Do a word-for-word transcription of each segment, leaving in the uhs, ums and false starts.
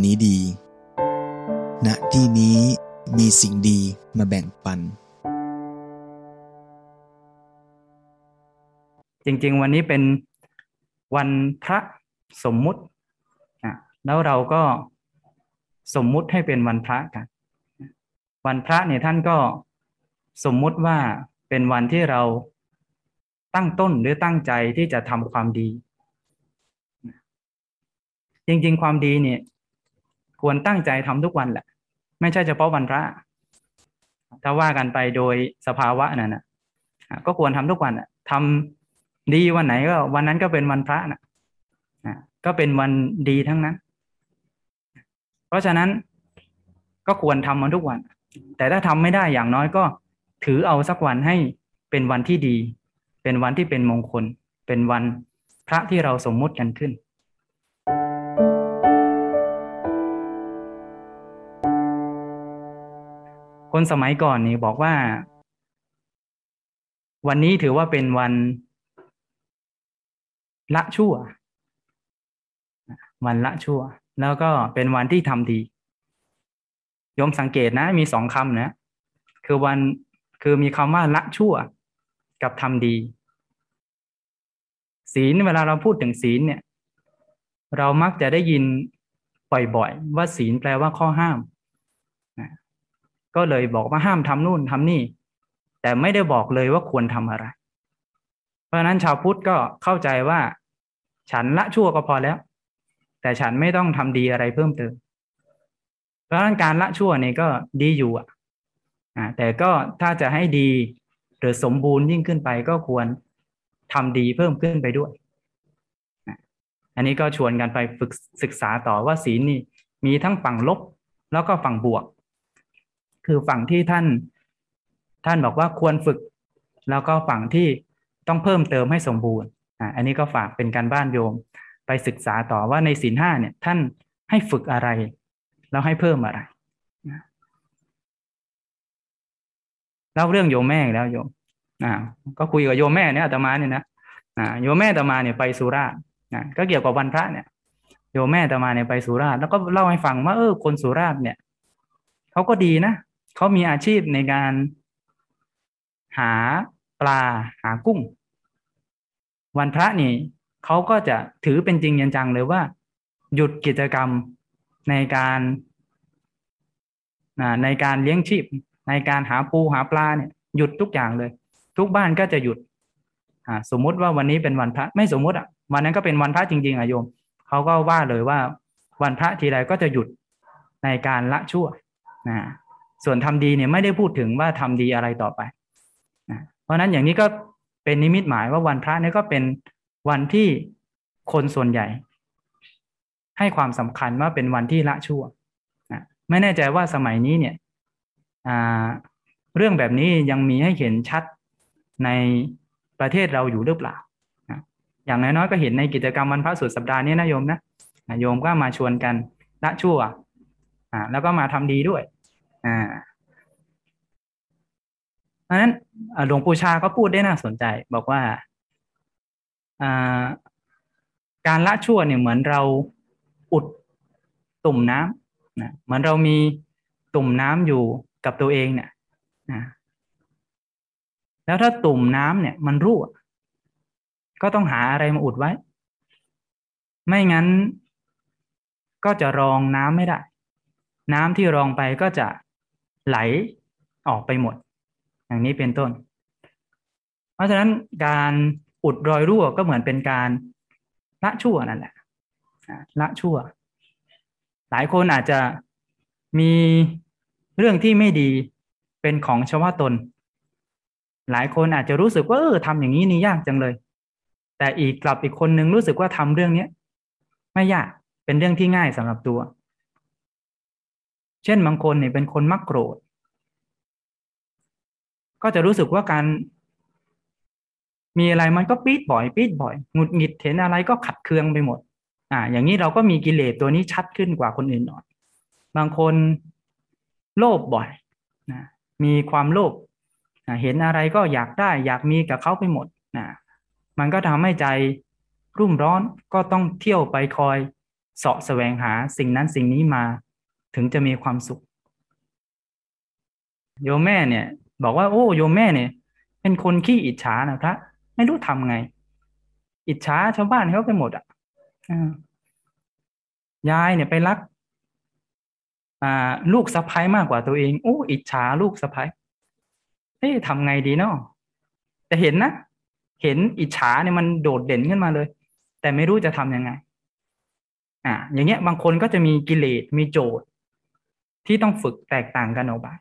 นี้ดีณที่นี้มีสิ่งดีมาแบ่งปันจริงๆวันนี้เป็นวันพระสมมุตินะแล้วเราก็สมมุติให้เป็นวันพระกันวันพระเนี่ยท่านก็สมมุติว่าเป็นวันที่เราตั้งต้นหรือตั้งใจที่จะทำความดีจริงๆความดีเนี่ยควรตั้งใจทำทุกวันแหละไม่ใช่เฉพาะวันพระถ้าว่ากันไปโดยสภาวะนั่นนะก็ควรทำทุกวันทำดีวันไหนก็วันนั้นก็เป็นวันพระนะก็เป็นวันดีทั้งนั้นเพราะฉะนั้นก็ควรทำมันทุกวันแต่ถ้าทำไม่ได้อย่างน้อยก็ถือเอาสักวันให้เป็นวันที่ดีเป็นวันที่เป็นมงคลเป็นวันพระที่เราสมมุติกันขึ้นคนสมัยก่อนนี่บอกว่าวันนี้ถือว่าเป็นวันละชั่ววันละชั่วแล้วก็เป็นวันที่ทำดีโยมสังเกตนะมีสองคำนะคือวันคือมีคำว่าละชั่วกับทำดีศีลเวลาเราพูดถึงศีลเนี่ยเรามักจะได้ยินบ่อยๆว่าศีลแปลว่าข้อห้ามก็เลยบอกว่าห้ามทำนู่นทำนี่แต่ไม่ได้บอกเลยว่าควรทำอะไรเพราะฉะนั้นชาวพุทธก็เข้าใจว่าฉันละชั่วก็พอแล้วแต่ฉันไม่ต้องทำดีอะไรเพิ่มเติมเพราะฉะนั้นการละชั่วนี่ก็ดีอยู่อ่ะแต่ก็ถ้าจะให้ดีหรือสมบูรณ์ยิ่งขึ้นไปก็ควรทำดีเพิ่มขึ้นไปด้วยอันนี้ก็ชวนกันไปฝึกศึกษาต่อว่าศีลนี่มีทั้งฝั่งลบแล้วก็ฝั่งบวกคือฝั่งที่ท่านท่านบอกว่าควรฝึกแล้วก็ฝั่งที่ต้องเพิ่มเติมให้สมบูรณ์อ่าอันนี้ก็ฝากเป็นการบ้านโยมไปศึกษาต่อว่าในศีลห้าเนี่ยท่านให้ฝึกอะไรแล้วให้เพิ่มอะไรเล่าเรื่องโยมแม่แล้วโยมอ่าก็คุยกับโยมแม่เนี่ยอาตมาเนี่ยนะอ่าโยมแม่อาตมาเนี่ยไปสุราษฎร์นะก็เกี่ยวกับวันพระเนี่ยโยมแม่อาตมาเนี่ยไปสุราษฎร์แล้วก็เล่าให้ฟังว่าเออคนสุราษฎร์เนี่ยเขาก็ดีนะเขามีอาชีพในการหาปลาหากุ้งวันพระนี่เขาก็จะถือเป็นจริงจังเลยว่าหยุดกิจกรรมในการในการเลี้ยงชีพในการหาปูหาปลาเนี่ยหยุดทุกอย่างเลยทุกบ้านก็จะหยุดสมมุติว่าวันนี้เป็นวันพระไม่สมมุติอ่ะวันนั้นก็เป็นวันพระจริงๆอ่ะโยมเขาก็ว่าเลยว่าวันพระทีไรก็จะหยุดในการละชั่วนะส่วนทำดีเนี่ยไม่ได้พูดถึงว่าทำดีอะไรต่อไปนะเพราะนั้นอย่างนี้ก็เป็นนิมิตหมายว่าวันพระนี่ก็เป็นวันที่คนส่วนใหญ่ให้ความสำคัญว่าเป็นวันที่ละชั่วนะไม่แน่ใจว่าสมัยนี้เนี่ยเรื่องแบบนี้ยังมีให้เห็นชัดในประเทศเราอยู่หรือเปล่านะอย่างน้อยๆก็เห็นในกิจกรรมวันพระสุดสัปดาห์นี้นะโยมนะโยมก็มาชวนกันละชั่วอ่าแล้วก็มาทำดีด้วยอ่าเพราะฉะนั้นหลวงปู่ชาก็พูดได้น่าสนใจบอกว่าอ่าการละชั่วเนี่ยเหมือนเราอุดตุ่มน้ำนะเหมือนเรามีตุ่มน้ำอยู่กับตัวเองเนี่ยนะแล้วถ้าตุ่มน้ำเนี่ยมันรั่วก็ต้องหาอะไรมาอุดไว้ไม่งั้นก็จะรองน้ำไม่ได้น้ำที่รองไปก็จะไหลออกไปหมดอย่างนี้เป็นต้นเพราะฉะนั้นการอุดรอยรั่วก็เหมือนเป็นการละชั่วนั่นแหละละชั่วหลายคนอาจจะมีเรื่องที่ไม่ดีเป็นของเฉพาะตนหลายคนอาจจะรู้สึกว่าเออทำอย่างนี้นี่ยากจังเลยแต่อีกกลับอีกคนนึงรู้สึกว่าทำเรื่องนี้ไม่ยากเป็นเรื่องที่ง่ายสำหรับตัวเช่นบางคนเนี่ยเป็นคนมักโกรธก็จะรู้สึกว่าการมีอะไรมันก็ปี๊ดบ่อยปี๊ดบ่อยหงุดหงิดเห็นอะไรก็ขัดเคืองไปหมดอ่าอย่างนี้เราก็มีกิเลสตัวนี้ชัดขึ้นกว่าคนอื่นหน่อยบางคนโลภบ่อยนะมีความโลภเห็นอะไรก็อยากได้อยากมีกับเขาไปหมดนะมันก็ทำให้ใจรุ่มร้อนก็ต้องเที่ยวไปคอยเสาะแสวงหาสิ่งนั้นสิ่งนี้มาถึงจะมีความสุขโยมแม่เนี่ยบอกว่าโอ้โยมแม่เนี่ยเป็นคนขี้อิจฉานะพระไม่รู้ทำไงอิจฉาชาวบ้านเขาไปหมดอ่ะยายเนี่ยไปรักอ่าลูกสะใภ้มากกว่าตัวเองโอ้อิจฉาลูกสะใภ้เอ๊ะทำไงดีเนาะแต่เห็นนะเห็นอิจฉาเนี่ยมันโดดเด่นขึ้นมาเลยแต่ไม่รู้จะทำยังไงอ่าอย่างเงี้ยบางคนก็จะมีกิเลสมีโจทย์ที่ต้องฝึกแตกต่างกันออกไป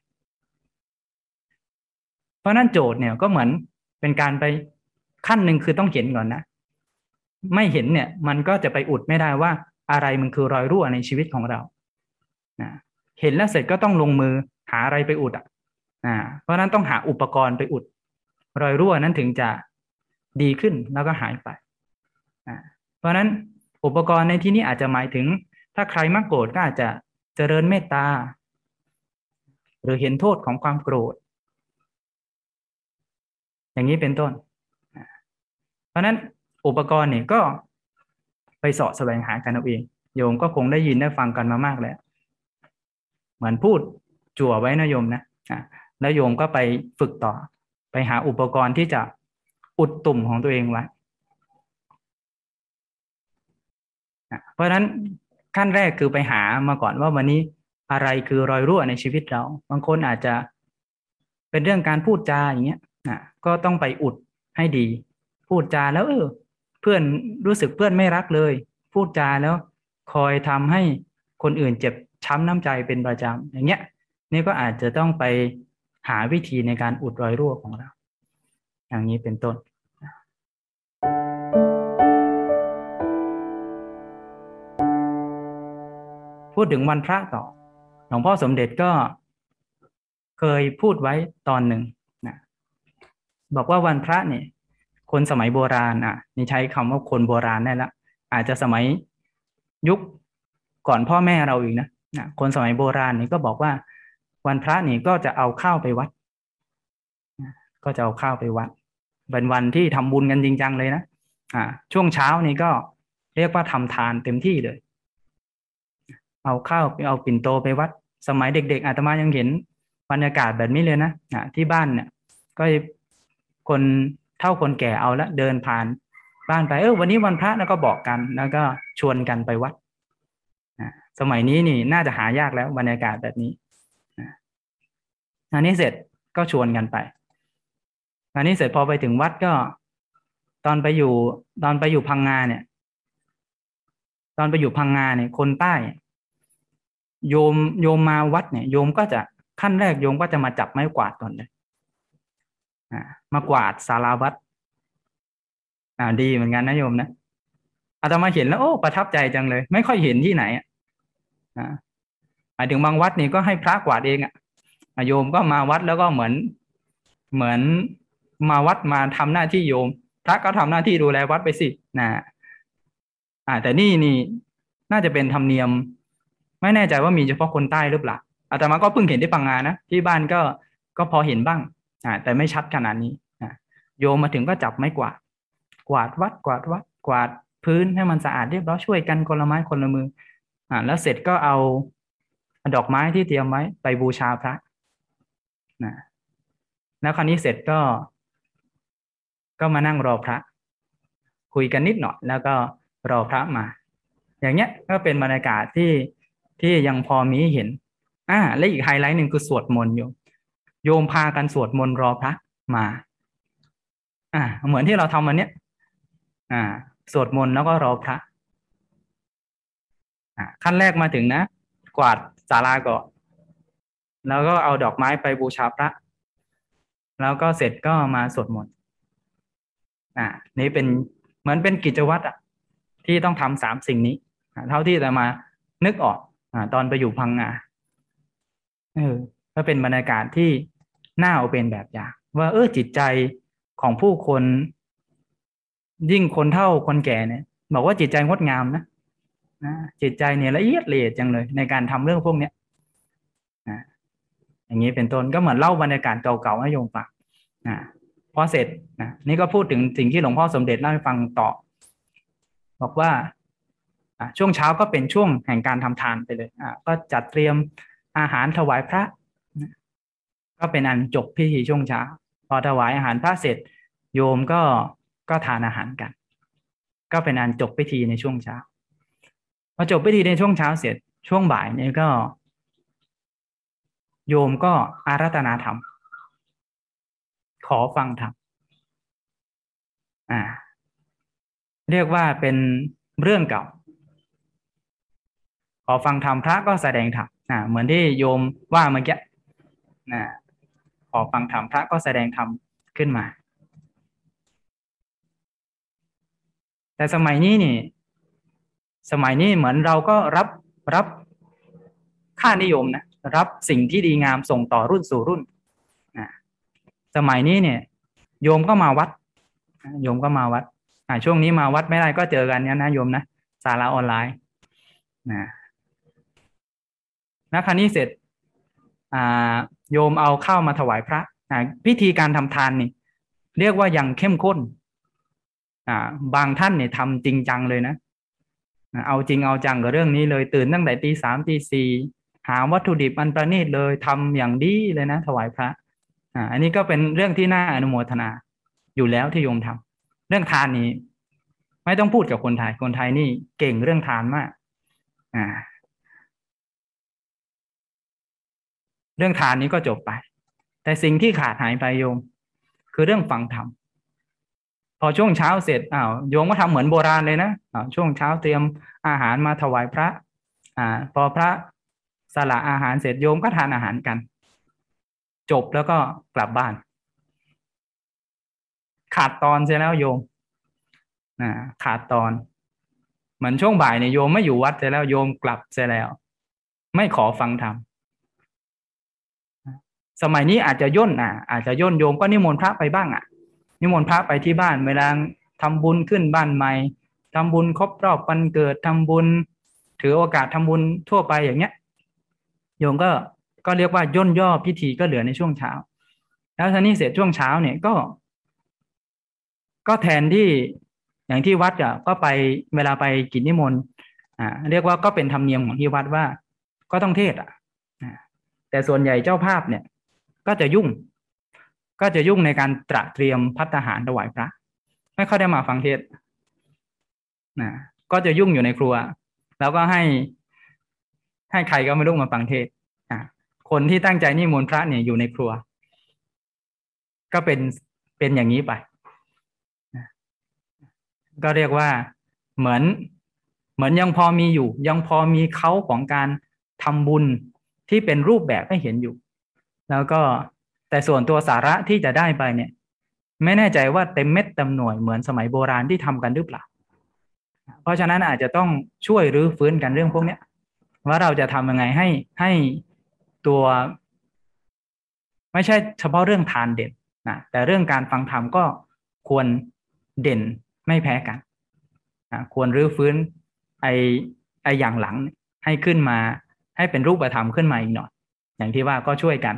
เพราะนั้นโจทย์เนี่ยก็เหมือนเป็นการไปขั้นหนึ่งคือต้องเห็นก่อนนะไม่เห็นเนี่ยมันก็จะไปอุดไม่ได้ว่าอะไรมันคือรอยรั่วในชีวิตของเรานะเห็นแล้วเสร็จก็ต้องลงมือหาอะไรไปอุดอ่ะอ่าเพราะนั้นต้องหาอุปกรณ์ไปอุดรอยรั่วนั้นถึงจะดีขึ้นแล้วก็หายไปอ่าเพราะนั้นอุปกรณ์ในที่นี้อาจจะหมายถึงถ้าใครมักโกรธก็อาจจะเจริญเมตตาหรือเห็นโทษของความโกรธอย่างนี้เป็นต้นเพราะนั้นอุปกรณ์เนี่ยก็ไปเสาะแสวงหากันเอาเองโยมก็คงได้ยินได้ฟังกันมามากแล้วเหมือนพูดจั่วไว้นะโยมนะแล้วโยมก็ไปฝึกต่อไปหาอุปกรณ์ที่จะอุดตุ่มของตัวเองไว้เพราะฉะนั้นขั้นแรกคือไปหามาก่อนว่าวันนี้อะไรคือรอยรั่วในชีวิตเราบางคนอาจจะเป็นเรื่องการพูดจาอย่างเงี้ยนะก็ต้องไปอุดให้ดีพูดจาแล้วเออเพื่อนรู้สึกเพื่อนไม่รักเลยพูดจาแล้วคอยทำให้คนอื่นเจ็บช้ำน้ำใจเป็นประจำอย่างเงี้ยนี่ก็อาจจะต้องไปหาวิธีในการอุดรอยรั่วของเราอย่างนี้เป็นต้นพูดถึงวันพระต่อหลวงพ่อสมเด็จก็เคยพูดไว้ตอนหนึ่งนะบอกว่าวันพระเนี่ยคนสมัยโบราณอ่ะนี่ใช้คำว่าคนโบราณได้ละอาจจะสมัยยุคก่อนพ่อแม่เราอีกนะนะคนสมัยโบราณนี่ก็บอกว่าวันพระนี่ก็จะเอาข้าวไปวัดก็จะเอาข้าวไปวัดเป็นวันที่ทำบุญกันจริงจังเลยนะอ่าช่วงเช้านี่ก็เรียกว่าทำทานเต็มที่เลยเอาข้าวเอาปิ่นโตไปวัดสมัยเด็กๆอาตมายังเห็นบรรยากาศแบบนี้เลยนะอ่าที่บ้านเนี่ยก็คนเฒ่าคนแก่เอาละเดินผ่านบ้านไปเออวันนี้วันพระแล้วก็บอกกันแล้วก็ชวนกันไปวัดอ่าสมัยนี้นี่น่าจะหายากแล้วบรรยากาศแบบนี้อันนี้เสร็จก็ชวนกันไปอันนี้เสร็จพอไปถึงวัดก็ตอนไปอยู่ตอนไปอยู่พังงาเนี่ยตอนไปอยู่พังงาเนี่ยคนใต้โยมโยมมาวัดเนี่ยโยมก็จะขั้นแรกโยมก็จะมาจับไม้กวาดก่อนเลยอ่ามากวาดศาลาวัดอ่าดีเหมือนกันนะโยมนะอาตมาเห็นแล้วโอ้ประทับใจจังเลยไม่ค่อยเห็นที่ไหนอ่ะอ่าหมายถึงบางวัดนี่ก็ให้พระกวาดเองอ่ะโยมก็มาวัดแล้วก็เหมือนเหมือนมาวัดมาทำหน้าที่โยมพระก็ทำหน้าที่ดูแลวัดไปสินะอ่าแต่นี่นี่น่าจะเป็นธรรมเนียมไม่แน่ใจว่ามีเฉพาะคนใต้หรือเปล่าอาตมาก็เพิ่งเห็นที่พังงานะที่บ้านก็ก็พอเห็นบ้างอ่าแต่ไม่ชัดขนาดนี้อ่าโยมมาถึงก็จับไม้กวาดกวาดวัดกวาดวัดกวาดพื้นให้มันสะอาดเรียบร้อยช่วยกันคนละไม้คนละมืออ่าแล้วเสร็จก็เอาดอกไม้ที่เตรียมไว้ไปบูชาพระนะแล้วคราวนี้เสร็จก็ก็มานั่งรอพระคุยกันนิดหน่อยแล้วก็รอพระมาอย่างเงี้ยก็เป็นบรรยากาศที่ที่ยังพอมีเห็นอ่าและอีกไฮไลท์หนึ่งคือสวดมนต์โยมโยมพากันสวดมนต์รอพระมาอ่าเหมือนที่เราทำวันเนี้ยอ่าสวดมนต์แล้วก็รอพระอ่าขั้นแรกมาถึงนะกวาดศาลาก่อนแล้วก็เอาดอกไม้ไปบูชาพระแล้วก็เสร็จก็มาสวดมนต์อ่านี่เป็นเหมือนเป็นกิจวัตรอ่ะที่ต้องทำสามสิ่งนี้เท่าที่จะมานึกออกอ่าตอนไปอยู่พังงาเออก็เป็นบรรยากาศที่น่าเอาเป็นแบบอย่างว่าเออจิตใจของผู้คนยิ่งคนเฒ่าคนแก่เนี่ยบอกว่าจิตใจงดงามนะนะจิตใจเนี่ยละเอียดละเอียดจังเลยในการทำเรื่องพวกเนี้ยนะอย่างนี้เป็นต้นก็เหมือนเล่าบรรยากาศเก่าๆให้โยมฟังนะพอเสร็จนะนี่ก็พูดถึงสิ่งที่หลวงพ่อสมเด็จเล่าให้ฟังต่อบอกว่าช่วงเช้าก็เป็นช่วงแห่งการทำทานไปเลยก็จัดเตรียมอาหารถวายพระก็เป็นอันจบพิธีช่วงเช้าพอถวายอาหารพระเสร็จโยมก็ก็ทานอาหารกันก็เป็นอันจบพิธีในช่วงเช้าพอจบพิธีในช่วงเช้าเสร็จช่วงบ่ายนี้ก็โยมก็อาราธนาธรรมขอฟังธรรมอ่าเรียกว่าเป็นเรื่องเก่าขอฟังธรรมพระก็แสดงธรรมอ่าเหมือนที่โยมว่าเมื่อกี้นะขอฟังธรรมพระก็แสดงธรรมขึ้นมาแต่สมัยนี้นี่สมัยนี้เหมือนเราก็รับรับค่านิยมนะรับสิ่งที่ดีงามส่งต่อรุ่นสู่รุ่นนะสมัยนี้เนี่ยโยมก็มาวัดโยมก็มาวัดอ่าช่วงนี้มาวัดไม่ได้ก็เจอกันเนี่ยนะโยมนะศาลาออนไลน์นะนะคราวนี้เสร็จอ่าโยมเอาข้าวมาถวายพระอ่าพิธีการทำทานนี่เรียกว่ายังเข้มข้นอ่าบางท่านเนี่ยทำจริงจังเลยนะเอาจริงเอาจังกับเรื่องนี้เลยตื่นตั้งแต่ตีสามตีสี่หาวัตถุดิบอันประณีตเลยทำอย่างดีเลยนะถวายพระอ่าอันนี้ก็เป็นเรื่องที่น่าอนุโมทนาอยู่แล้วที่โยมทำเรื่องทานนี้ไม่ต้องพูดกับคนไทยคนไทยนี่เก่งเรื่องทานมากอ่าเรื่องทานนี้ก็จบไปแต่สิ่งที่ขาดหายไปโยมคือเรื่องฟังธรรมพอช่วงเช้าเสร็จอ้าวโยมก็ทำเหมือนโบราณเลยนะอ้าวช่วงเช้าเตรียมอาหารมาถวายพระอ่าพอพระสละอาหารเสร็จโยมก็ทานอาหารกันจบแล้วก็กลับบ้านขาดตอนเสียแล้วโยมอ่าขาดตอนเหมือนช่วงบ่ายเนี่ยโยมไม่อยู่วัดเสียแล้วโยมกลับเสียแล้วไม่ขอฟังธรรมสมัยนี้อาจจะย่นอ่ะอาจจะย่นโยมก็นิมนต์พระไปบ้างอ่ะนิมนต์พระไปที่บ้านเวลาทำบุญขึ้นบ้านใหม่ทำบุญครบรอบวันเกิดทำบุญถือโอกาสทำบุญทั่วไปอย่างเงี้ยโยมก็ก็เรียกว่าย่นย่อพิธีก็เหลือในช่วงเช้าแล้วทีนี้เสร็จช่วงเช้าเนี่ยก็ก็แทนที่อย่างที่วัดอ่ะก็ไปเวลาไปกิจนิมนต์อ่าเรียกว่าก็เป็นธรรมเนียมของที่วัดว่าก็ต้องเทศอ่ะแต่ส่วนใหญ่เจ้าภาพเนี่ยก็จะยุ่งก็จะยุ่งในการตระเตรียมภัตตาหารถวายพระไม่ค่อยได้มาฟังเทศนะก็จะยุ่งอยู่ในครัวแล้วก็ให้ให้ใครก็ไม่รู้มาฟังเทศอ่ะคนที่ตั้งใจนิมนต์พระเนี่ยอยู่ในครัวก็เป็นเป็นอย่างนี้ไปก็เรียกว่าเหมือนเหมือนยังพอมีอยู่ยังพอมีเขาของการทำบุญที่เป็นรูปแบบให้เห็นอยู่แล้วก็แต่ส่วนตัวสาระที่จะได้ไปเนี่ยไม่แน่ใจว่าเต็มเม็ดเต็มหน่วยเหมือนสมัยโบราณที่ทำกันหรือเปล่าเพราะฉะนั้นอาจจะต้องช่วยรื้อฟื้นกันเรื่องพวกนี้ว่าเราจะทำยังไงให้ให้ตัวไม่ใช่เฉพาะเรื่องทานเด่นนะแต่เรื่องการฟังธรรมก็ควรเด่นไม่แพ้กันนะควรรื้อฟื้นไอไออย่างหลังให้ขึ้นมาให้เป็นรูปธรรมขึ้นมาอีกหน่อยอย่างที่ว่าก็ช่วยกัน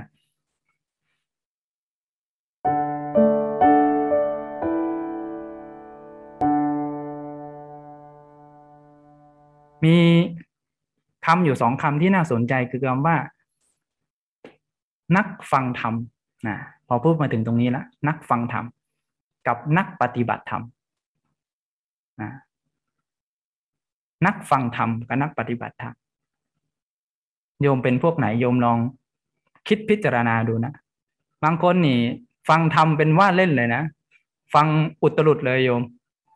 มีคำอยู่สองคำที่น่าสนใจคือคำว่านักฟังธรรมนะพอพูดมาถึงตรงนี้แล้วนักฟังธรรมกับนักปฏิบัติธรรมนะนักฟังธรรมกับนักปฏิบัติธรรมโยมเป็นพวกไหนโยมลองคิดพิจารณาดูนะบางคนนี่ฟังธรรมเป็นว่าเล่นเลยนะฟังอุตรุดเลยโยม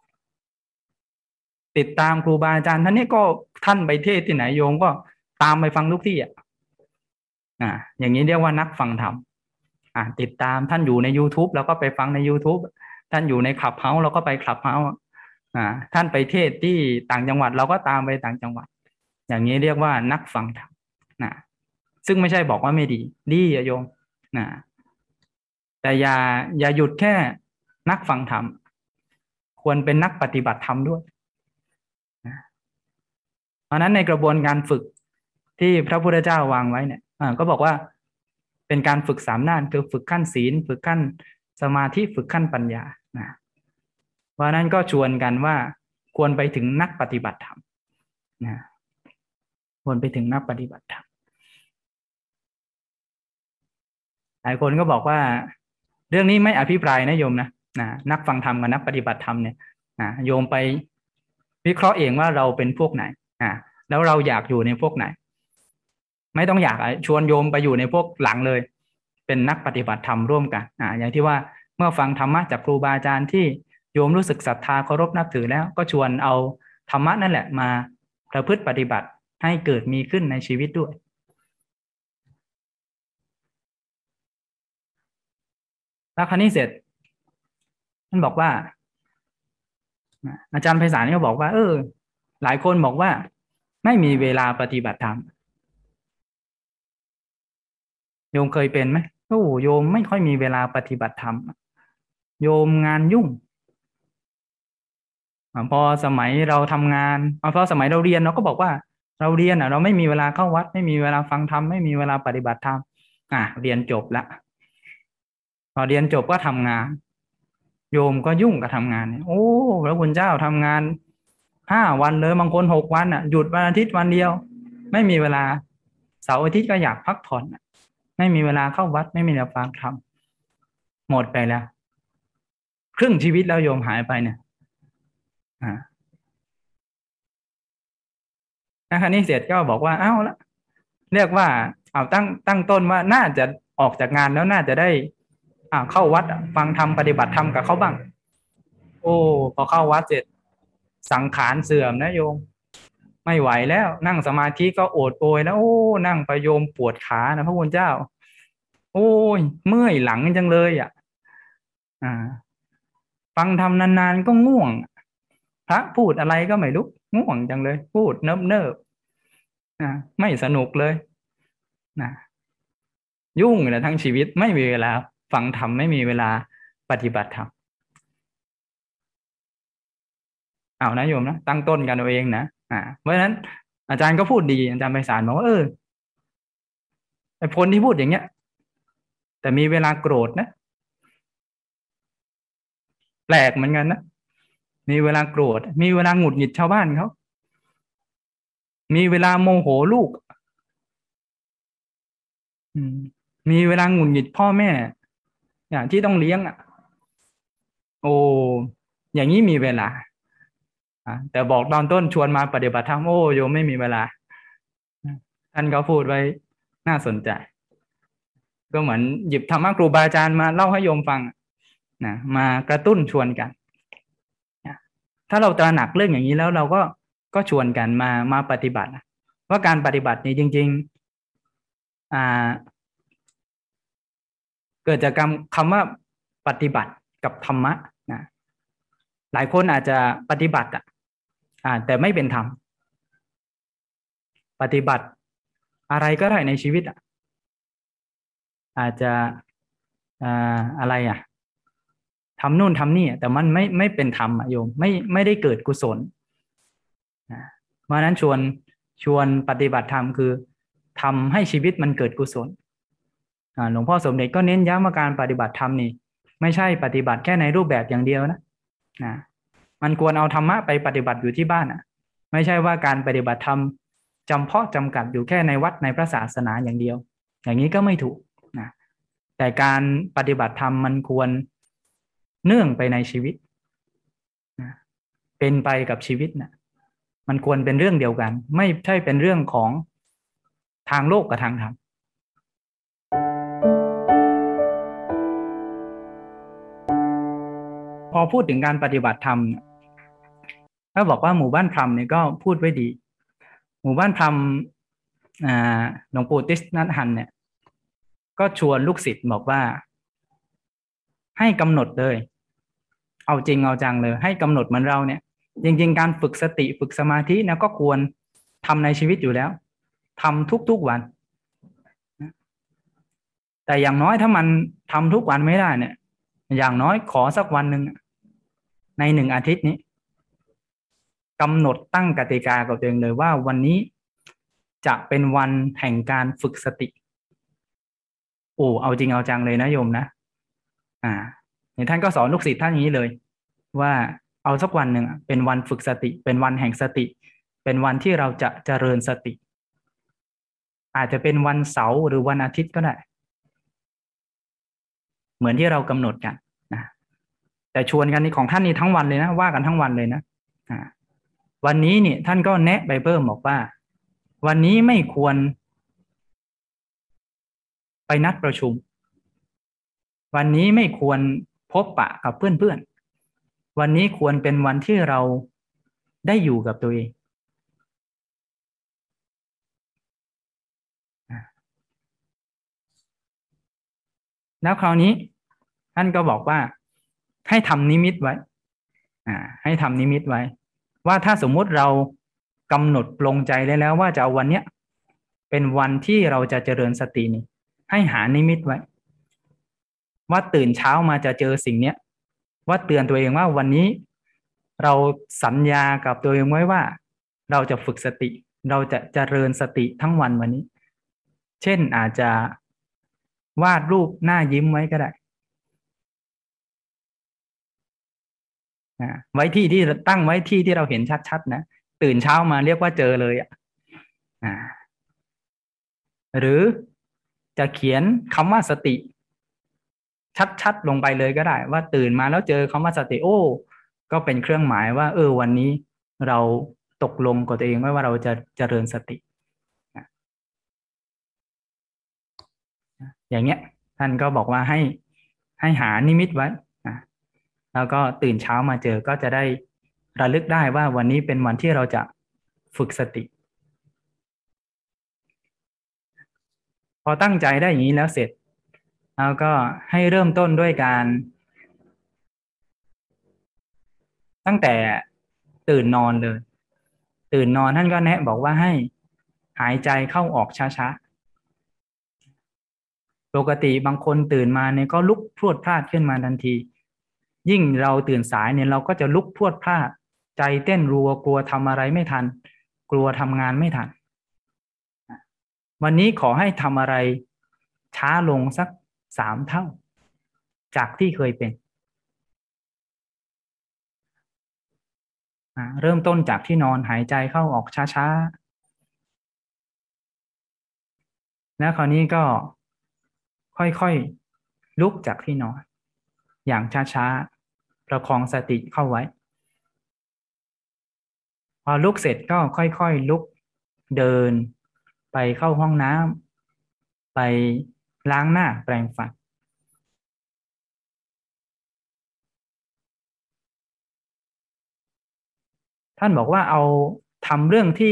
ติดตามครูบาอาจารย์ท่านนี้ก็ท่านไปเทศที่ไหนโยมก็ตามไปฟังทุกที่อ่ะอ่าอย่างนี้เรียกว่านักฟังธรรมอ่าติดตามท่านอยู่ใน YouTube แล้วก็ไปฟังใน YouTube ท่านอยู่ในคลับเฮาส์เราก็ไปคลับเฮาส์อ่าท่านไปเทศที่ต่างจังหวัดเราก็ตามไปต่างจังหวัดอย่างนี้เรียกว่านักฟังธรรมนะซึ่งไม่ใช่บอกว่าไม่ดีดีอะโยมนะแต่อย่าอย่าหยุดแค่นักฟังธรรมควรเป็นนักปฏิบัติธรรมด้วยเพราะนั้นในกระบวนการฝึกที่พระพุทธเจ้าวางไว้เนี่ยก็บอกว่าเป็นการฝึกสามด้านคือฝึกขั้นศีลฝึกขั้นสมาธิฝึกขั้นปัญญานะเพราะนั้นก็ชวนกันว่าควรไปถึงนักปฏิบัติธรรมนะวนไปถึงนักปฏิบัติธรรมหลายคนก็บอกว่าเรื่องนี้ไม่อภิปรายนะโยมนะนะนักฟังธรรมกับนักปฏิบัติธรรมเนี่ยนะโยมไปวิเคราะห์เองว่าเราเป็นพวกไหนอ่าแล้วเราอยากอยู่ในพวกไหนไม่ต้องอยากชวนโยมไปอยู่ในพวกหลังเลยเป็นนักปฏิบัติธรรมร่วมกันอ่าอย่างที่ว่าเมื่อฟังธรรมะจากครูบาอาจารย์ที่โยมรู้สึกศรัทธาเคารพนับถือแล้วก็ชวนเอาธรรมะนั่นแหละมาประพฤติปฏิบัติให้เกิดมีขึ้นในชีวิตด้วยแล้วคราวนี้เสร็จท่านบอกว่าอาจารย์ไพศาลก็บอกว่าเออหลายคนบอกว่าไม่มีเวลาปฏิบัติธรรมโยมเคยเป็นไหมโอ้โยมไม่ค่อยมีเวลาปฏิบัติธรรมโยมงานยุ่งพอสมัยเราทำงานพอสมัยเราเรียนเราก็บอกว่าเราเรียนอ่ะเราไม่มีเวลาเข้าวัดไม่มีเวลาฟังธรรมไม่มีเวลาปฏิบัติธรรมอ่ะเรียนจบละพอเรียนจบก็ทำงานโยมก็ยุ่งกับทำงานเนี่ยโอ้พระคุณเจ้าทำงานห้าวันเลยบางคนหกวันอ่ะหยุดวันอาทิตย์วันเดียวไม่มีเวลาเสาร์อาทิตย์ก็อยากพักผ่อนไม่มีเวลาเข้าวัดไม่มีเวลาฟังธรรมหมดไปแล้วครึ่งชีวิตแล้วโยมหายไปเนี่ยอ่านะคะนี่เสร็จก็บอกว่าเอ้าละเรียกว่าเอาตั้งตั้งต้นว่าน่าจะออกจากงานแล้วน่าจะได้อ่าเข้าวัดฟังธรรมปฏิบัติธรรมกับเขาบ้างโอ้พอเข้าวัดเสร็จสังขารเสื่อมนะโยมไม่ไหวแล้วนั่งสมาธิก็โอดโอยแล้วโอ้นั่งไปโยมปวดขานะพระคุณเจ้าโอ้ยเมื่อยหลังจังเลยอ่ะอ่าฟังธรรมนานๆก็ง่วงพระพูดอะไรก็ไม่รู้ง่วงจังเลยพูดเนิบเนิบนะไม่สนุกเลยนะยุ่งเลยทั้งชีวิตไม่มีเวลาฟังธรรมไม่มีเวลาปฏิบัติธรรมเอานะโยมนะตั้งต้นกันเอาเองนะอ่าเพราะฉะนั้นอาจารย์ก็พูดดีอาจารย์ไพศาลบอกว่าเออไอ้คนที่พูดอย่างเงี้ยแต่มีเวลาโกรธนะแปลกเหมือนกันนะมีเวลาโกรธมีเวลาหงุดหงิดชาวบ้านเขามีเวลาโมโหลูกอืมมีเวลาหงุดหงิดพ่อแม่อย่างที่ต้องเลี้ยงอ่ะโอ้อย่างนี้มีเวลาอ่าแต่บอกตอนต้นชวนมาปฏิบัติธรรมโอ้โยมไม่มีเวลาท่านก็พูดไว้น่าสนใจก็เหมือนหยิบธรรมะครูบาอาจารย์มาเล่าให้โยมฟังนะมากระตุ้นชวนกันถ้าเราตระหนักเรื่องอย่างนี้แล้วเราก็ก็ชวนกันมามาปฏิบัติว่าการปฏิบัตินี่จริงๆอ่าเกิดจากคำคำว่าปฏิบัติกับธรรมะนะหลายคนอาจจะปฏิบัติอ่ะอ่าแต่ไม่เป็นธรรมปฏิบัติอะไรก็ได้ในชีวิตอ่ะอาจจะอ่าอะไรอ่ะทำนู่นทำนี่แต่มันไม่ไม่เป็นธรรมอะโยมไม่ไม่ได้เกิดกุศลนะเพราะนั้นชวนชวนปฏิบัติธรรมคือทำให้ชีวิตมันเกิดกุศลหลวงพ่อสมเด็จก็เน้นย้ำว่าการปฏิบัติธรรมนี่ไม่ใช่ปฏิบัติแค่ในรูปแบบอย่างเดียวนะนะมันควรเอาธรรมะไปปฏิบัติอยู่ที่บ้านอ่ะไม่ใช่ว่าการปฏิบัติธรรมจำเพาะจำกัดอยู่แค่ในวัดในพระศาสนาอย่างเดียวอย่างนี้ก็ไม่ถูกนะแต่การปฏิบัติธรรมมันควรเนื่องไปในชีวิตนะเป็นไปกับชีวิตนะมันควรเป็นเรื่องเดียวกันไม่ใช่เป็นเรื่องของทางโลกกับทางธรรมพอพูดถึงการปฏิบัติธรรมถ้าบอกว่าหมู่บ้านพรหมเนี่ยก็พูดไว้ดีหมู่บ้านพรหมหลวงปู่ติสนัทหันเนี่ยก็ชวนลูกศิษย์บอกว่าให้กำหนดเลยเอาจริงเอาจังเลยให้กำหนดเหมือนเราเนี่ยจริงๆการฝึกสติฝึกสมาธินะก็ควรทำในชีวิตอยู่แล้วทำทุกๆวันแต่อย่างน้อยถ้ามันทำทุกวันไม่ได้เนี่ยอย่างน้อยขอสักวันหนึ่งในหนึ่งอาทิตย์นี้กำหนดตั้งกติกากับตัวเองเลยว่าวันนี้จะเป็นวันแห่งการฝึกสติโอ้เอาจริงเอาจังเลยนะโยมนะอ่าท่านก็สอนลูกศิษย์ท่านอย่างนี้เลยว่าเอาสักวันหนึ่งเป็นวันฝึกสติเป็นวันแห่งสติเป็นวันที่เราจะเจริญสติอาจจะเป็นวันเสาร์หรือวันอาทิตย์ก็ได้เหมือนที่เรากำหนดกันนะแต่ชวนกันนี่ของท่านนี่ทั้งวันเลยนะว่ากันทั้งวันเลยนะอ่าวันนี้เนี่ยท่านก็แนะไปเพิ่มบอกว่าวันนี้ไม่ควรไปนัดประชุมวันนี้ไม่ควรพบปะกับเพื่อนๆวันนี้ควรเป็นวันที่เราได้อยู่กับตัวเองแล้วคราวนี้ท่านก็บอกว่าให้ทำนิมิตไว้อ่าให้ทำนิมิตไว้ว่าถ้าสมมุติเรากำหนดลงใจได้แล้วว่าจะเอาวันเนี้ยเป็นวันที่เราจะเจริญสตินี่ให้หานิมิตไว้ว่าตื่นเช้ามาจะเจอสิ่งเนี้ยว่าเตือนตัวเองว่าวันนี้เราสัญญากับตัวเองไว้ว่าเราจะฝึกสติเราจะเจริญสติทั้งวันวันนี้เช่นอาจจะวาดรูปหน้ายิ้มไว้ก็ได้นะไว้ที่ที่ตั้งไว้ที่ที่เราเห็นชัดๆนะตื่นเช้ามาเรียกว่าเจอเลยอ่ะหรือจะเขียนคำว่าสติชัดๆลงไปเลยก็ได้ว่าตื่นมาแล้วเจอคำว่าสติโอ้ก็เป็นเครื่องหมายว่าเออวันนี้เราตกลงกับตัวเองไว้ว่าเราจะเจริญสติอย่างเงี้ยท่านก็บอกว่าให้ให้หานิมิตไว้แล้วก็ตื่นเช้ามาเจอก็จะได้ระลึกได้ว่าวันนี้เป็นวันที่เราจะฝึกสติพอตั้งใจได้อย่างนี้แล้วเสร็จแล้วก็ให้เริ่มต้นด้วยการตั้งแต่ตื่นนอนเลยตื่นนอนท่านก็แนะบอกว่าให้หายใจเข้าออกช้าๆปกติบางคนตื่นมาเนี่ยก็ลุกพรวดพลาดขึ้นมาทันทียิ่งเราตื่นสายเนี่ยเราก็จะลุกพรวดพลาดใจเต้นรัวกลัวทำอะไรไม่ทันกลัวทำงานไม่ทันวันนี้ขอให้ทำอะไรช้าลงสักสามเท่าจากที่เคยเป็นเริ่มต้นจากที่นอนหายใจเข้าออกช้าๆแล้วคราวนี้ก็ค่อยๆลุกจากที่นอนอย่างช้าๆประคองสติเข้าไว้พอลุกเสร็จก็ค่อยๆลุกเดินไปเข้าห้องน้ำไปล้างหน้าแปรงฟันท่านบอกว่าเอาทำเรื่องที่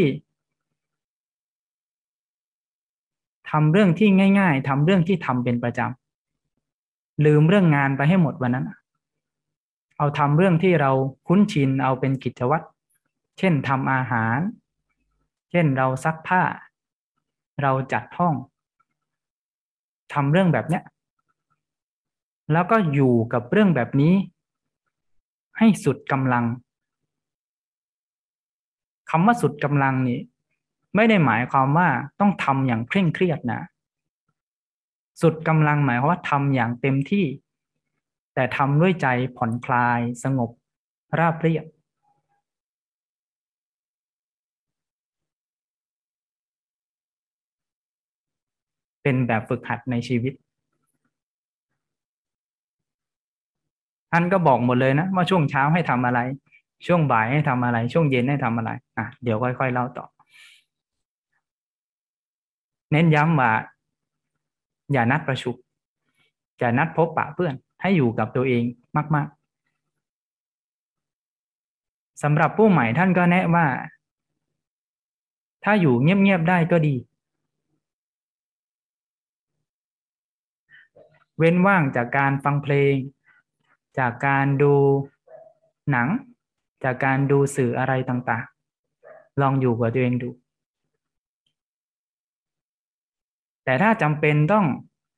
ทำเรื่องที่ง่ายๆทำเรื่องที่ทำเป็นประจำลืมเรื่องงานไปให้หมดวันนั้นเอาทำเรื่องที่เราคุ้นชินเอาเป็นกิจวัตรเช่นทำอาหารเช่นเราซักผ้าเราจัดห้องทำเรื่องแบบเนี้ยแล้วก็อยู่กับเรื่องแบบนี้ให้สุดกำลังคำว่าสุดกำลังนี่ไม่ได้หมายความว่าต้องทำอย่างเคร่งเครียดนะสุดกำลังหมายความว่าทำอย่างเต็มที่แต่ทำด้วยใจผ่อนคลายสงบราบเรียบเป็นแบบฝึกหัดในชีวิตท่านก็บอกหมดเลยนะว่าช่วงเช้าให้ทำอะไรช่วงบ่ายให้ทำอะไรช่วงเย็นให้ทำอะไรอ่ะเดี๋ยวค่อยๆเล่าต่อเน้นย้ำว่าอย่านัดประชุมอย่านัดพบปะเพื่อนให้อยู่กับตัวเองมากๆสำหรับผู้ใหม่ท่านก็แนะว่าถ้าอยู่เงียบๆได้ก็ดีเว้นว่างจากการฟังเพลงจากการดูหนังจากการดูสื่ออะไรต่างๆลองอยู่กับตัวเองดูแต่ถ้าจำเป็นต้อง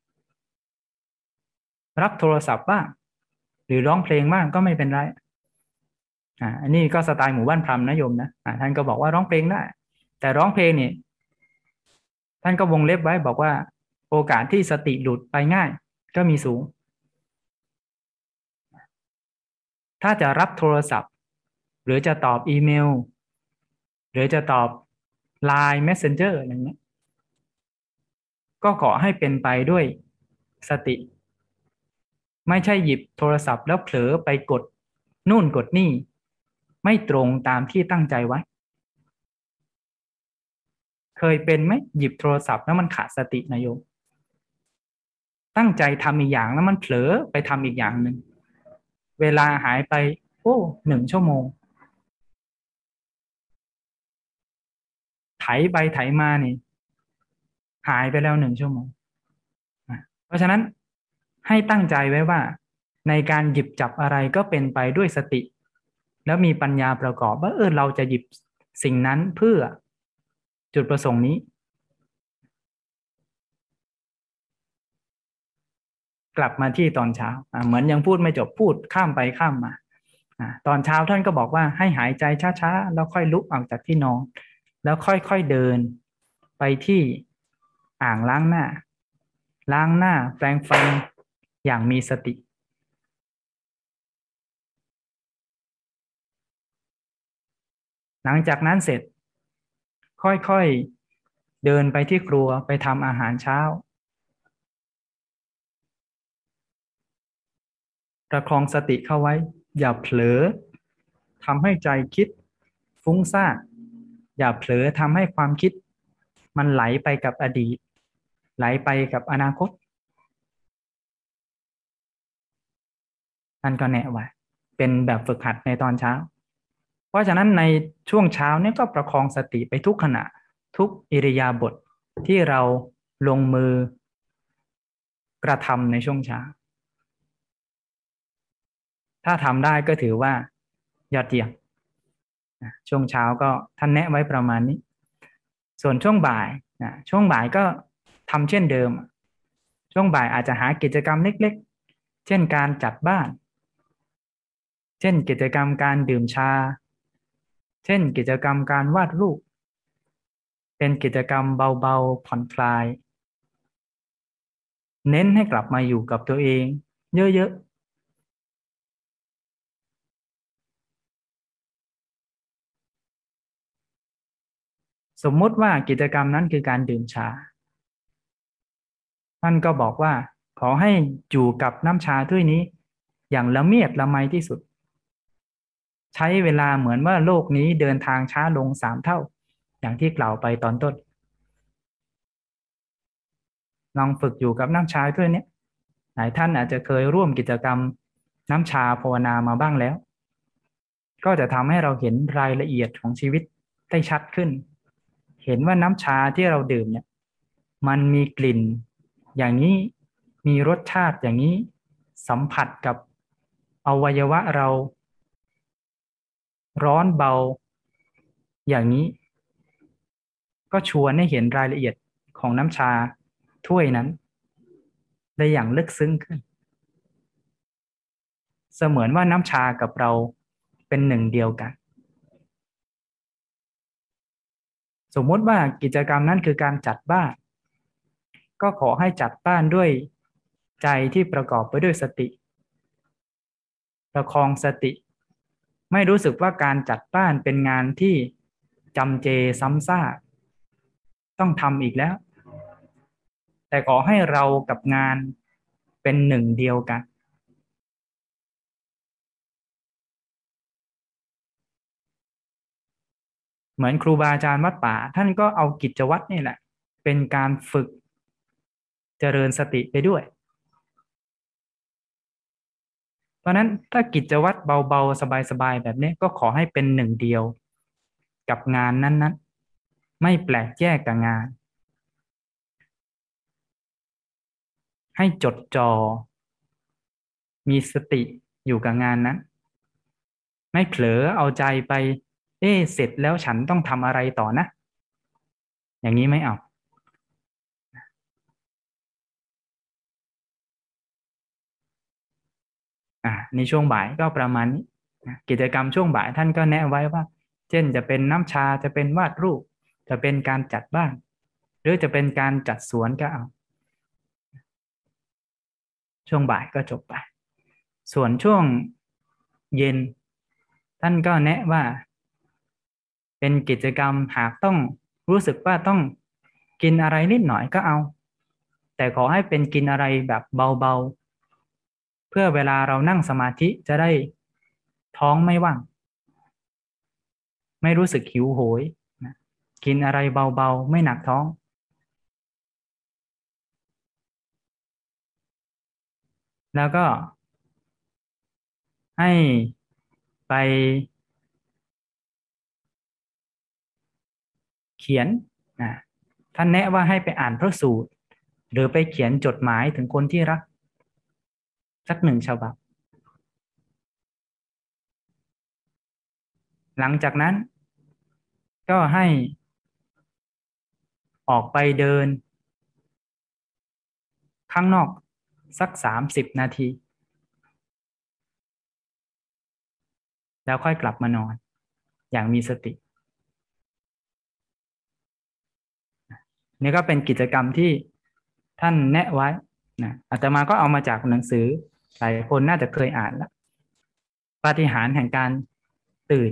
รับโทรศัพท์บ้างหรือร้องเพลงบ้างก็ไม่เป็นไรอ่าอันนี้ก็สไตล์หมู่บ้านพราหมณ์นะโยมนะอ่าท่านก็บอกว่าร้องเพลงได้แต่ร้องเพลงเนี่ยท่านก็วงเล็บไว้บอกว่าโอกาสที่สติหลุดไปง่ายก็มีสูงถ้าจะรับโทรศัพท์หรือจะตอบอีเมลรือจะตอบ ไลน์ Messenger อะไรเงี้ยก็ขอให้เป็นไปด้วยสติไม่ใช่หยิบโทรศัพท์แล้วเผลอไปกดนู่นกดนี่ไม่ตรงตามที่ตั้งใจไว้เคยเป็นไหมหยิบโทรศัพท์แล้วมันขาดสตินายโยมตั้งใจทำอีกอย่างแล้วมันเผลอไปทำอีกอย่างหนึ่งเวลาหายไปโอ้หนึ่งชั่วโมงไถไปไถมานี่หายไปแล้วหนึ่งชั่วโมงเพราะฉะนั้นให้ตั้งใจไว้ว่าในการหยิบจับอะไรก็เป็นไปด้วยสติแล้วมีปัญญาประกอบว่าเออเราจะหยิบสิ่งนั้นเพื่อจุดประสงค์นี้กลับมาที่ตอนเช้าเหมือนยังพูดไม่จบพูดข้ามไปข้ามมาตอนเช้าท่านก็บอกว่าให้หายใจช้าๆแล้วค่อยลุกออกจากที่นอนแล้วค่อยๆเดินไปที่อ่างล้างหน้าล้างหน้าแปรงฟันอย่างมีสติหลังจากนั้นเสร็จค่อยๆเดินไปที่ครัวไปทำอาหารเช้าประคองสติเข้าไว้อย่าเผลอทำให้ใจคิดฟุ้งซ่านอย่าเผลอทำให้ความคิดมันไหลไปกับอดีตไหลไปกับอนาคตนั่นก็แนะไว้เป็นแบบฝึกหัดในตอนเช้าเพราะฉะนั้นในช่วงเช้านี้ก็ประคองสติไปทุกขณะทุกอิริยาบถที่เราลงมือกระทำในช่วงเช้าถ้าทำได้ก็ถือว่ายอดเยี่ยมช่วงเช้าก็ท่านแนะไว้ประมาณนี้ส่วนช่วงบ่ายนะช่วงบ่ายก็ทำเช่นเดิมช่วงบ่ายอาจจะหากิจกรรมเล็กๆเช่นการจัดบ้านเช่นกิจกรรมการดื่มชาเช่นกิจกรรมการวาดรูปเป็นกิจกรรมเบาๆผ่อนคลายเน้นให้กลับมาอยู่กับตัวเองเยอะๆสมมติว่ากิจกรรมนั้นคือการดื่มชาท่านก็บอกว่าขอให้อยู่กับน้ำชาถ้วยนี้อย่างละเมียดละไมที่สุดใช้เวลาเหมือนว่าโลกนี้เดินทางช้าลงสามเท่าอย่างที่กล่าวไปตอนต้นลองฝึกอยู่กับน้ำชาถ้วยนี้หลายท่านอาจจะเคยร่วมกิจกรรมน้ำชาภาวนามาบ้างแล้วก็จะทำให้เราเห็นรายละเอียดของชีวิตได้ชัดขึ้นเห็นว่าน้ำชาที่เราดื่มเนี่ยมันมีกลิ่นอย่างนี้มีรสชาติอย่างนี้สัมผัสกับอวัยวะเราร้อนเบาอย่างนี้ก็ชวนให้เห็นรายละเอียดของน้ำชาถ้วยนั้นได้อย่างลึกซึ้งขึ้นเสมือนว่าน้ำชากับเราเป็นหนึ่งเดียวกันสมมติว่ากิจกรรมนั้นคือการจัดบ้านก็ขอให้จัดบ้านด้วยใจที่ประกอบไปด้วยสติประคองสติไม่รู้สึกว่าการจัดบ้านเป็นงานที่จำเจซ้ำซากต้องทำอีกแล้วแต่ขอให้เรากับงานเป็นหนึ่งเดียวกันเหมือนครูบาอาจารย์วัดป่าท่านก็เอากิจวัตรนี่แหละเป็นการฝึกเจริญสติไปด้วยเพราะนั้นถ้ากิจวัตรเบาๆสบายๆแบบนี้ก็ขอให้เป็นหนึ่งเดียวกับงานนั้นๆไม่แปลกแยกกับงานให้จดจ่อมีสติอยู่กับงานนั้นไม่เผลอเอาใจไปเอ๊ะเสร็จแล้วฉันต้องทำอะไรต่อนะอย่างนี้ไม่เอาอ่าในช่วงบ่ายก็ประมาณนี้กิจกรรมช่วงบ่ายท่านก็แนะไว้ว่าเช่นจะเป็นน้ำชาจะเป็นวาดรูปจะเป็นการจัดบ้านหรือจะเป็นการจัดสวนก็เอาช่วงบ่ายก็จบไปส่วนช่วงเย็นท่านก็แนะว่าเป็นกิจกรรมหากต้องรู้สึกว่าต้องกินอะไรนิดหน่อยก็เอาแต่ขอให้เป็นกินอะไรแบบเบาๆเพื่อเวลาเรานั่งสมาธิจะได้ท้องไม่ว่างไม่รู้สึกหิวโหยนะกินอะไรเบาๆไม่หนักท้องแล้วก็ให้ไปเขียนนะท่านแนะว่าให้ไปอ่านพระสูตรหรือไปเขียนจดหมายถึงคนที่รักสักหนึ่งฉบับหลังจากนั้นก็ให้ออกไปเดินข้างนอกสักสามสิบนาทีแล้วค่อยกลับมานอนอย่างมีสตินี่ก็เป็นกิจกรรมที่ท่านแนะไว้นะอาตมาก็เอามาจากหนังสือหลายคนน่าจะเคยอ่านแล้วปาฏิหาริย์แห่งการตื่น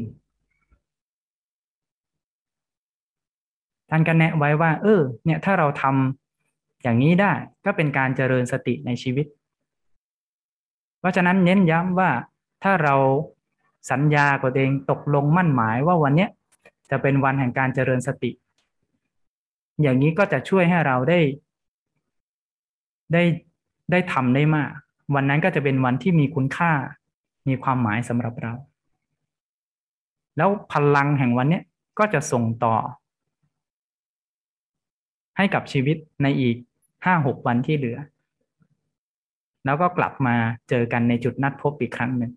ท่านก็แนะไว้ว่าเออเนี่ยถ้าเราทำอย่างนี้ได้ก็เป็นการเจริญสติในชีวิตเพราะฉะนั้นเน้นย้ำว่าถ้าเราสัญญากับตัวเองตกลงมั่นหมายว่าวันนี้จะเป็นวันแห่งการเจริญสติอย่างนี้ก็จะช่วยให้เราได้ได้ได้ทำได้มากวันนั้นก็จะเป็นวันที่มีคุณค่ามีความหมายสำหรับเราแล้วพลังแห่งวันนี้ก็จะส่งต่อให้กับชีวิตในอีกห้าหกวันที่เหลือแล้วก็กลับมาเจอกันในจุดนัดพบอีกครั้งหนึ่ง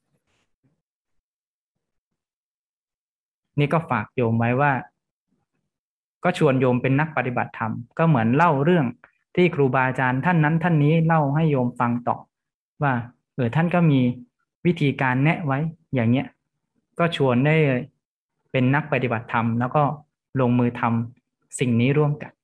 นี่ก็ฝากโยมไว้ว่าก็ชวนโยมเป็นนักปฏิบัติธรรมก็เหมือนเล่าเรื่องที่ครูบาอาจารย์ท่านนั้นท่านนี้เล่าให้โยมฟังต่อว่าเออท่านก็มีวิธีการแนะไว้อย่างเงี้ยก็ชวนได้เป็นนักปฏิบัติธรรมแล้วก็ลงมือทำสิ่งนี้ร่วมกัน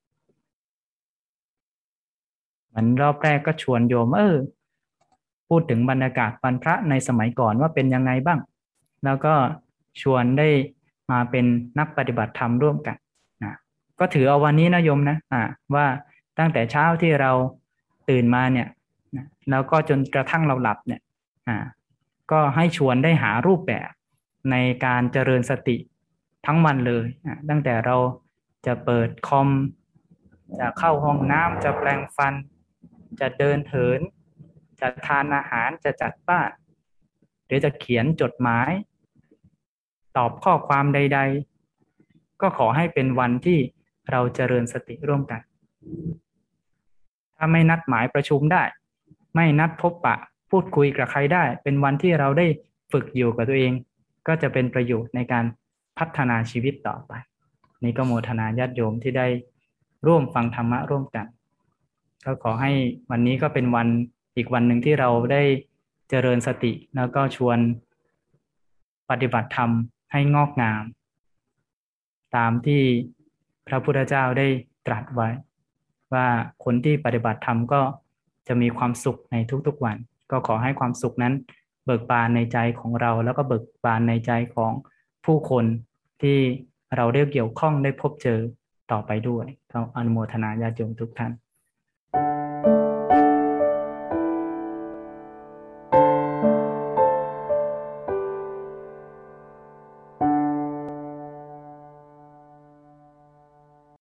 เหมือนรอบแรกก็ชวนโยมเออพูดถึงบรรยากาศวันพระในสมัยก่อนว่าเป็นยังไงบ้างแล้วก็ชวนได้มาเป็นนักปฏิบัติธรรมร่วมกันนะก็ถือเอาวันนี้นะโยมนะอ่าว่าตั้งแต่เช้าที่เราตื่นมาเนี่ยนะแล้วก็จนกระทั่งเราหลับเนี่ยอ่าก็ให้ชวนได้หารูปแบบในการเจริญสติทั้งวันเลยนะตั้งแต่เราจะเปิดคอมจะเข้าห้องน้ำจะแปรงฟันจะเดินเหินจะทานอาหารจะจัดบ้านหรือจะเขียนจดหมายตอบข้อความใดๆก็ขอให้เป็นวันที่เราเจริญสติร่วมกันถ้าไม่นัดหมายประชุมได้ไม่นัดพบปะพูดคุยกับใครได้เป็นวันที่เราได้ฝึกอยู่กับตัวเองก็จะเป็นประโยชน์ในการพัฒนาชีวิตต่อไปนี่ก็โมทนาญาติโยมที่ได้ร่วมฟังธรรมะร่วมกันก็ขอให้วันนี้ก็เป็นวันอีกวันหนึ่งที่เราได้เจริญสติแล้วก็ชวนปฏิบัติธรรมให้งอกงามตามที่พระพุทธเจ้าได้ตรัสไว้ว่าคนที่ปฏิบัติธรรมก็จะมีความสุขในทุกๆวันก็ขอให้ความสุขนั้นเบิกบานในใจของเราแล้วก็เบิกบานในใจของผู้คนที่เราได้เกี่ยวข้องได้พบเจอต่อไปด้วยก็อนุโมทนาญาติโยมทุกท่าน